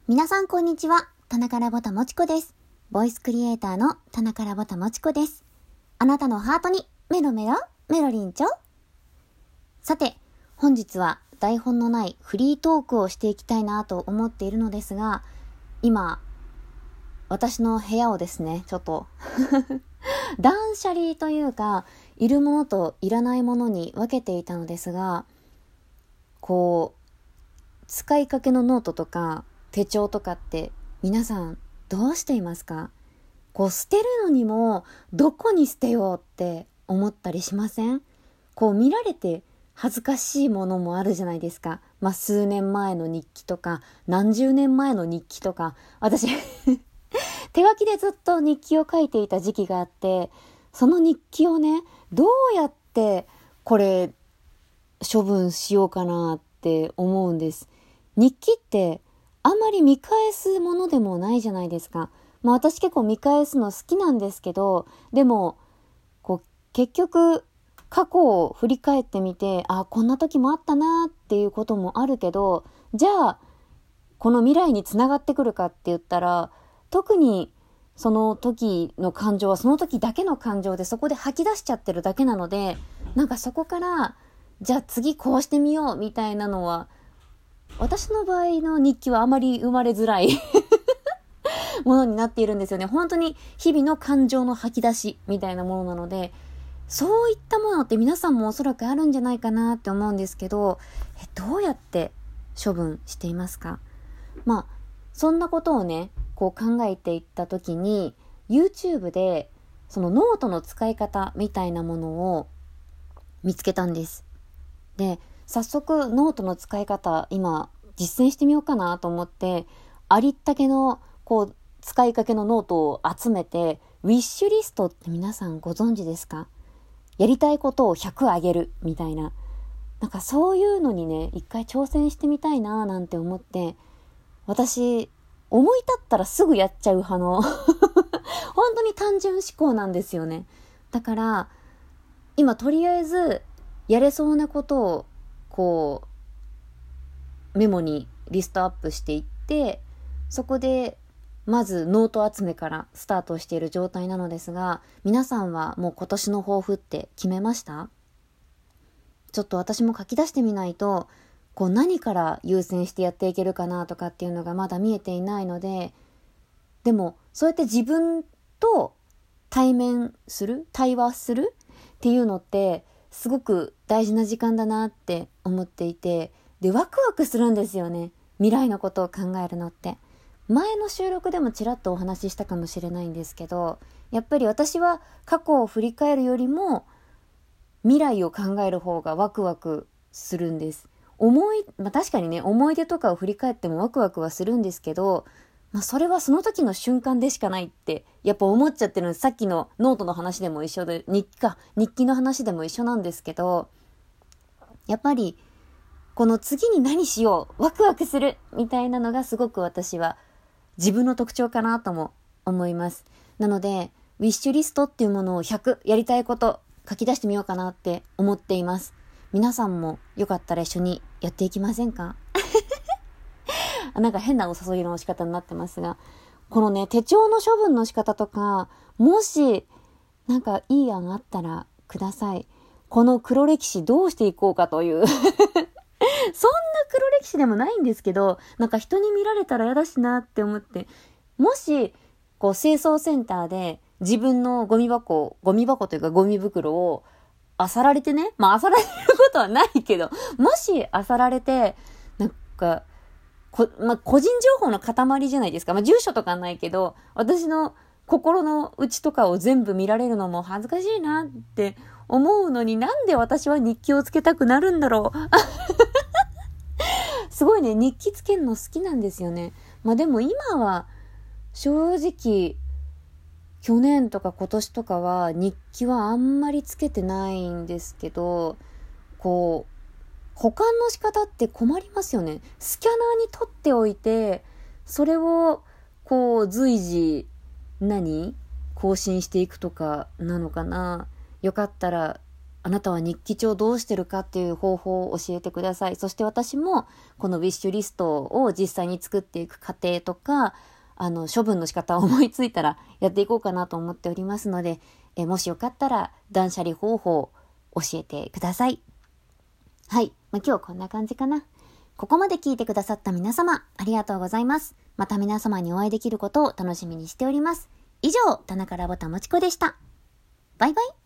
皆さんこんにちは。田中らぼたもちこです。ボイスクリエイターの田中らぼたもちこです。あなたのハートにメロメロメロリンチョ。さて、本日は台本のないフリートークをしていきたいなと思っているのですが、今私の部屋をですね、ちょっと断捨離というか、いるものといらないものに分けていたのですが、使いかけのノートとか手帳とかって皆さんどうしていますか？捨てるのにもどこに捨てようって思ったりしません？見られて恥ずかしいものもあるじゃないですか。数年前の日記とか何十年前の日記とか、私手書きでずっと日記を書いていた時期があって、その日記をね、どうやってこれ処分しようかなって思うんです。日記ってあんまり見返すものでもないじゃないですか。私結構見返すの好きなんですけど、でも結局過去を振り返ってみて、こんな時もあったなっていうこともあるけど、じゃあこの未来につながってくるかって言ったら、特にその時の感情はその時だけの感情で、そこで吐き出しちゃってるだけなので、そこからじゃあ次こうしてみようみたいなのは、私の場合の日記はあまり生まれづらいものになっているんですよね。本当に日々の感情の吐き出しみたいなものなので、そういったものって皆さんもおそらくあるんじゃないかなって思うんですけど、どうやって処分していますか？そんなことをね、考えていった時に YouTube でそのノートの使い方みたいなものを見つけたんです。で、早速ノートの使い方今実践してみようかなと思って、ありったけの使いかけのノートを集めて、ウィッシュリストって皆さんご存知ですか？やりたいことを100あげるみたいな、そういうのにね、一回挑戦してみたいななんて思って、私思い立ったらすぐやっちゃう派の本当に単純思考なんですよね。だから今とりあえずやれそうなことをメモにリストアップしていって、そこでまずノート集めからスタートしている状態なのですが、皆さんはもう今年の抱負って決めました？ちょっと私も書き出してみないと、何から優先してやっていけるかなとかっていうのがまだ見えていないので、でもそうやって自分と対話するっていうのってすごく大事な時間だなって思っていて、でワクワクするんですよね、未来のことを考えるのって。前の収録でもちらっとお話ししたかもしれないんですけど、やっぱり私は過去を振り返るよりも未来を考える方がワクワクするんです。確かにね、思い出とかを振り返ってもワクワクはするんですけど、それはその時の瞬間でしかないってやっぱ思っちゃってるんです。さっきのノートの話でも一緒で、日記の話でも一緒なんですけど、やっぱりこの次に何しよう、ワクワクするみたいなのがすごく私は自分の特徴かなとも思います。なのでウィッシュリストっていうものを100やりたいこと書き出してみようかなって思っています。皆さんもよかったら一緒にやっていきませんか？変なお誘いの仕方になってますが、このね、手帳の処分の仕方とか、もしいい案あったらください。この黒歴史どうしていこうかというそんな黒歴史でもないんですけど、人に見られたら嫌だしなって思って、もし清掃センターで自分のゴミ箱というかゴミ袋を漁られてね、漁られることはないけど、もし漁られて個人情報の塊じゃないですか。住所とかないけど、私の心の内とかを全部見られるのも恥ずかしいなって思うのに、なんで私は日記をつけたくなるんだろうすごいね、日記つけるの好きなんですよね。でも今は正直去年とか今年とかは日記はあんまりつけてないんですけど、保管の仕方って困りますよね。スキャナーに取っておいて、それを随時更新していくとかなのかな。よかったらあなたは日記帳どうしてるかっていう方法を教えてください。そして私もこのウィッシュリストを実際に作っていく過程とか、処分の仕方を思いついたらやっていこうかなと思っておりますので、もしよかったら断捨離方法を教えてください。はい。今日こんな感じかな。ここまで聞いてくださった皆様、ありがとうございます。また皆様にお会いできることを楽しみにしております。以上、田中ラボタもちこでした。バイバイ。